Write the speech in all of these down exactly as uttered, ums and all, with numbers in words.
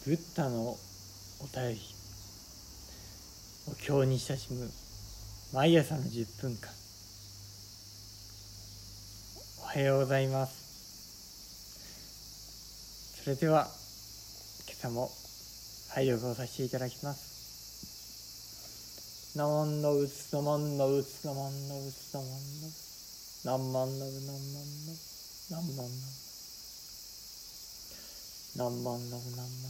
ブッダのお便り、お経に親しむ毎朝のじゅっぷんかん。おはようございます。それでは今朝も拝読をさせていただきます。ナモンのうつナモンのうつナモンのうつナモンのうつナンマンのうナンマンのうナンマンのうナンマンのうナンマンのう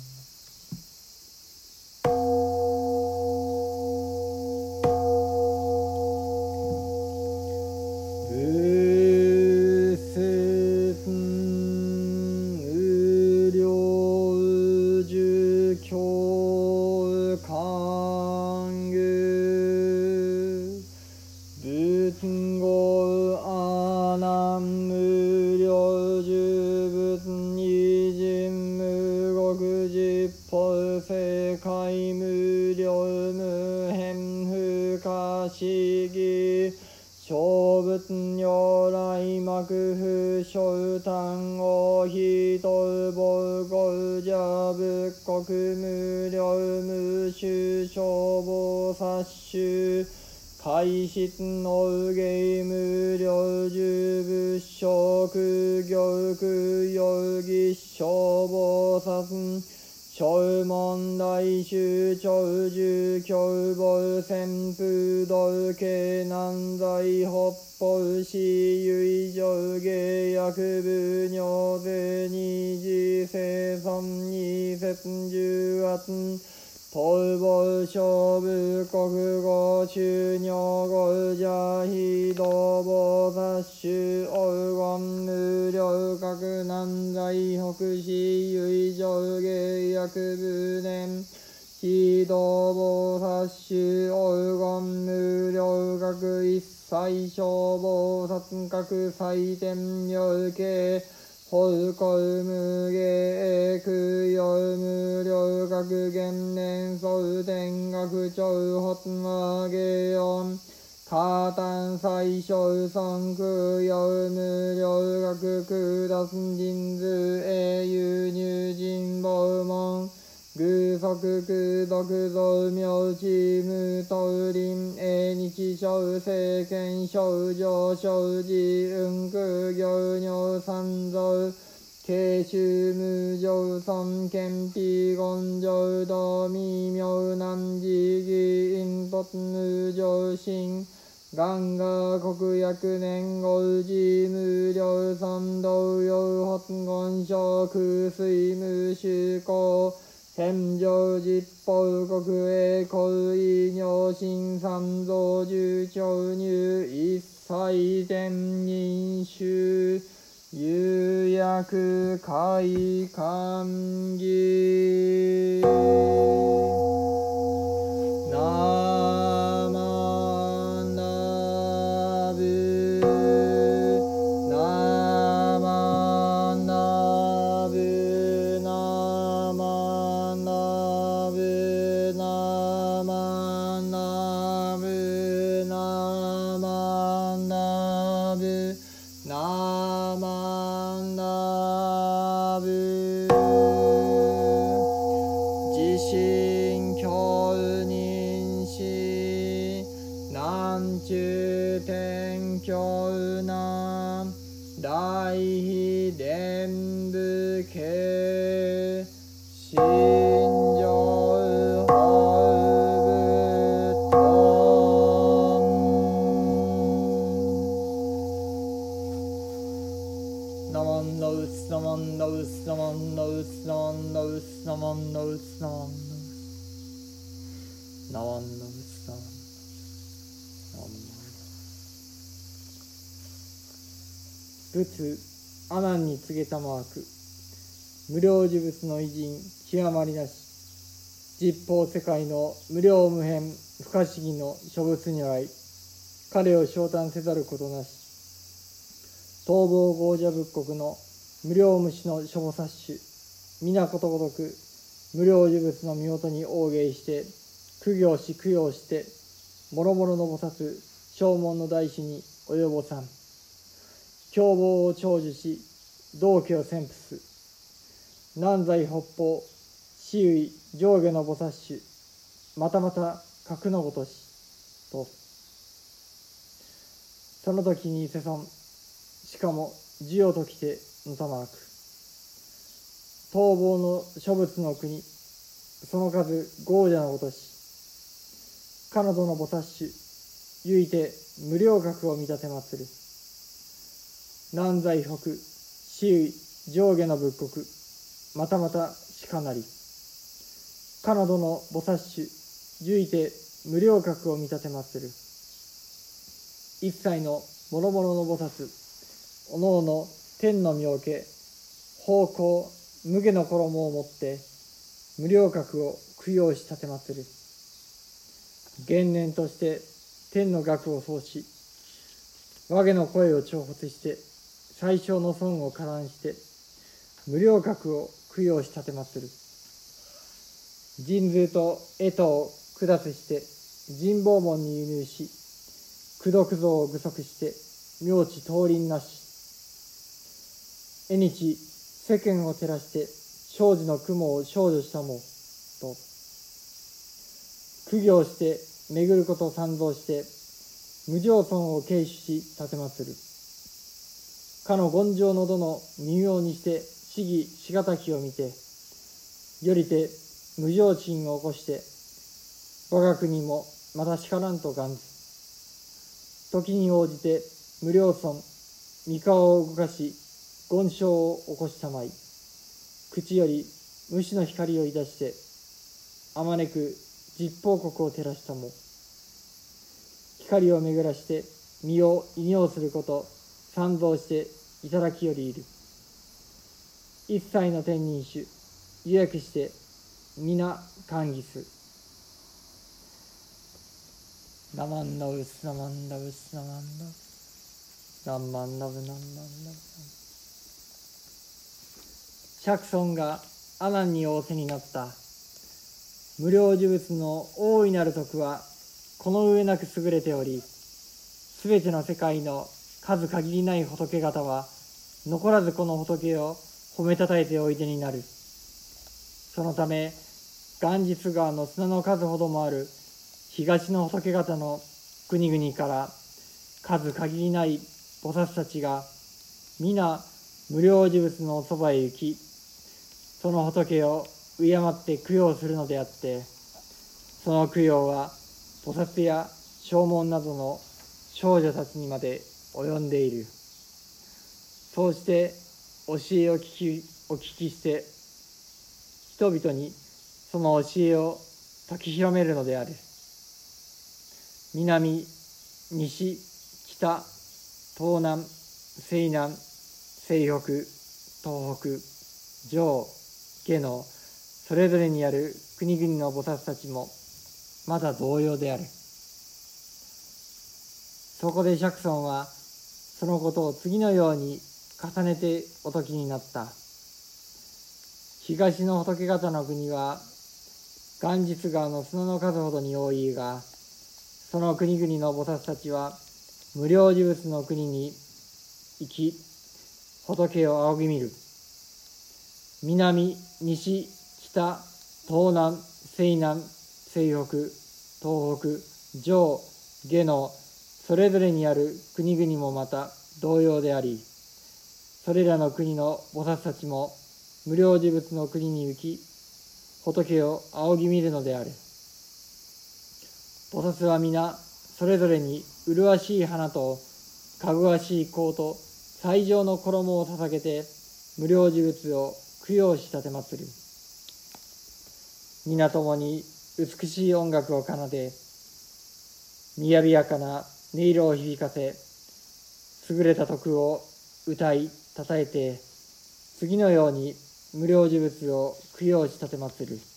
世界無量無辺不可思議小仏如来幕不小単語非道母語者仏国無量無種消防殺種海質の芸無量十仏職業苦容疑消防殺小問題宗長寿教母旋風道系難罪北方死唯上下薬部尿税二次生産二節重圧東方小部国語中尿語者非道菩薩種黄金無量各難罪北死唯上下薬部年非道菩薩種黄金無量各一切小菩薩各祭天妙慶法国無芸供養無量学元年総天学長発魔芸音加担最小尊供養無量学空脱人数英雄入人宝門偶足空独造名地無刀林英日小聖剣小上小寺運空行尿三蔵慶州無常尊憲秘言上道未妙難寺義因突無常心ガンガ国薬年五寺無量三道陽発言書空水無臭行天上実法国営公位尿心三蔵十長入一切天人衆有薬開漢義ナマナブナマナブナマナブナマナブナマナブナマナブ自信教認し南中天教南大悲伝部系心上法部トンナモンのうつナモンのうつナモンのうつナモンのうつナモンのうつナモンのうつナモンのうつナモン仏阿難に告げたまわく無量寿仏の偉人極まりなし実法世界の無量無辺不可思議の諸仏如来彼を昇誕せざることなし東方豪者仏国の無量無種の諸菩薩種皆ことごとく無量寿仏の身元に応迎して供養し供養して諸々の菩薩正門の大師に及ぼさん凶暴を長寿し道家を宣布す南西北方子唯上下の菩薩種、またまた格のごとし、と。その時に世尊、しかも授与ときてのたまわく。逃亡の諸仏の国、その数豪者のごとし、彼女の菩薩種、ゆいて無量格を見立てまつる。南西北、子唯上下の仏国、またまたしかなり。彼女の菩薩種、ゆいて無量格を見立てまつる。一切の諸々の菩薩、おのおの天の妙家、方向、無下の衣をもって、無量格を供養し立てまつる。元年として天の学を奏し、和下の声を重発して、最小の損を加断して、無量格を供養し立てまつる。神通と干支を下すして、神宝門に輸入し、功徳像を具足して、妙智通輪なし。縁日世間を照らして、生児の雲を少女したも、と。苦行して、巡ること三蔵して、無常尊を継主し、立てまつる。かの権上の度の微妙にして、市議しがたきを見て、よりて無常心を起こして、我が国もまたしからんと願ず。時に応じて無量尊、三顔を動かし、権章を起こしたまい、口より無視の光をいたして、あまねく実報国を照らしたも、光を巡らして身を異尿すること、賛蔵していただきよりいる。一切の天人種、予約して、皆歓喜す。ナマンダウスナマンダウスナマンダウスナンマンダブナンマンダブ。釈尊が阿難に仰せになった。無量寿仏の大いなる徳はこの上なく優れており、すべての世界の数限りない仏方は残らずこの仏を褒めたたえておいでになる。そのため元日川の砂の数ほどもある東の仏方の国々から数限りない菩薩たちが皆無量寿仏のおそばへ行き、その仏を敬って供養するのであって、その供養は菩薩や正門などの少女たちにまで及んでいる。そうして教えを聞きお聞きして、人々にその教えを説き広めるのである。南、西、北、東南、西南、西北、東北、上、下のそれぞれにある国々の菩薩たちもまだ同様である。そこで釈尊はそのことを次のように重ねてお説きになった。東の仏方の国は元日川の砂の数ほどに多いが、その国々の菩薩たちは無量寿仏の国に行き、仏を仰ぎ見る。南、西、北、東南、西南、西北、東北、上、下のそれぞれにある国々もまた同様であり、それらの国の菩薩たちも無量寿仏の国に行き、仏を仰ぎ見るのである。菩薩は皆それぞれに麗しい花とかぐわしい香と最上の衣を捧げて無量寿仏を供養し立てまつる。皆ともに美しい音楽を奏で、みやびやかな音色を響かせ、優れた徳を歌いたたえて、次のように無量寿仏を供養し立てまつる。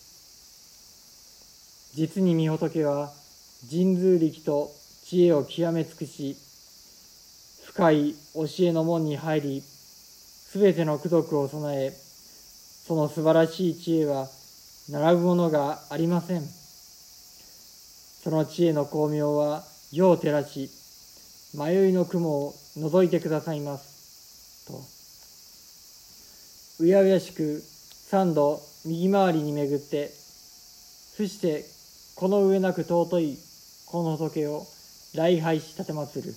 実に御仏は神通力と知恵を極め尽くし、深い教えの門に入り、すべての功徳を備え、その素晴らしい知恵は並ぶものがありません。その知恵の光明は世を照らし、迷いの雲を除いてくださいます。と、うやうやしく三度右回りに巡って伏してこの上なく尊いこの仏を礼拝し奉る。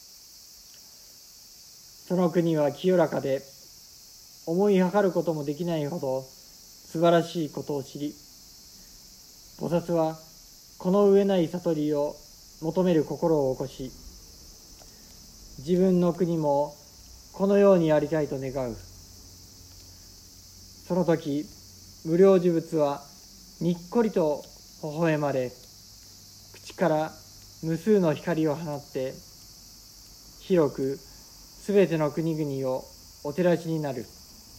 その国は清らかで思いはかることもできないほど素晴らしいことを知り、菩薩はこの上ない悟りを求める心を起こし、自分の国もこのようにありたいと願う。その時無量寿仏はにっこりと微笑まれ、口から無数の光を放って広くすべての国々をお照らしになる。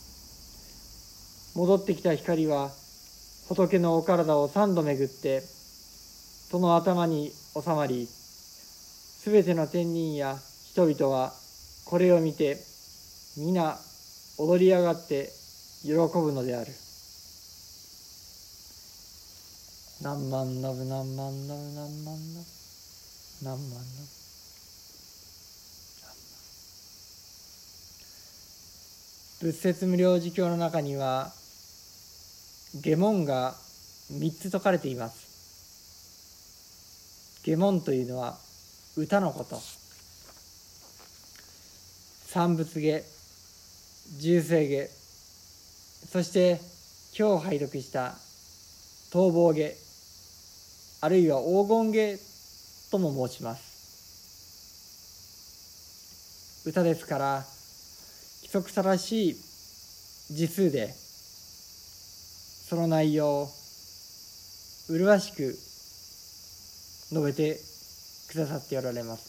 戻ってきた光は仏のお体を三度巡ってその頭に収まり、すべての天人や人々はこれを見て皆踊り上がって喜ぶのである。何万ナブ何万ナブ何万ナブ何万ナブ。仏説無量寿経の中には下門が三つ説かれています。下門というのは歌のこと。三仏下、十声下、そして今日拝読した逃亡下、あるいは黄金下とも申します。歌ですから規則正しい字数でその内容を麗しく述べてくださっておられます。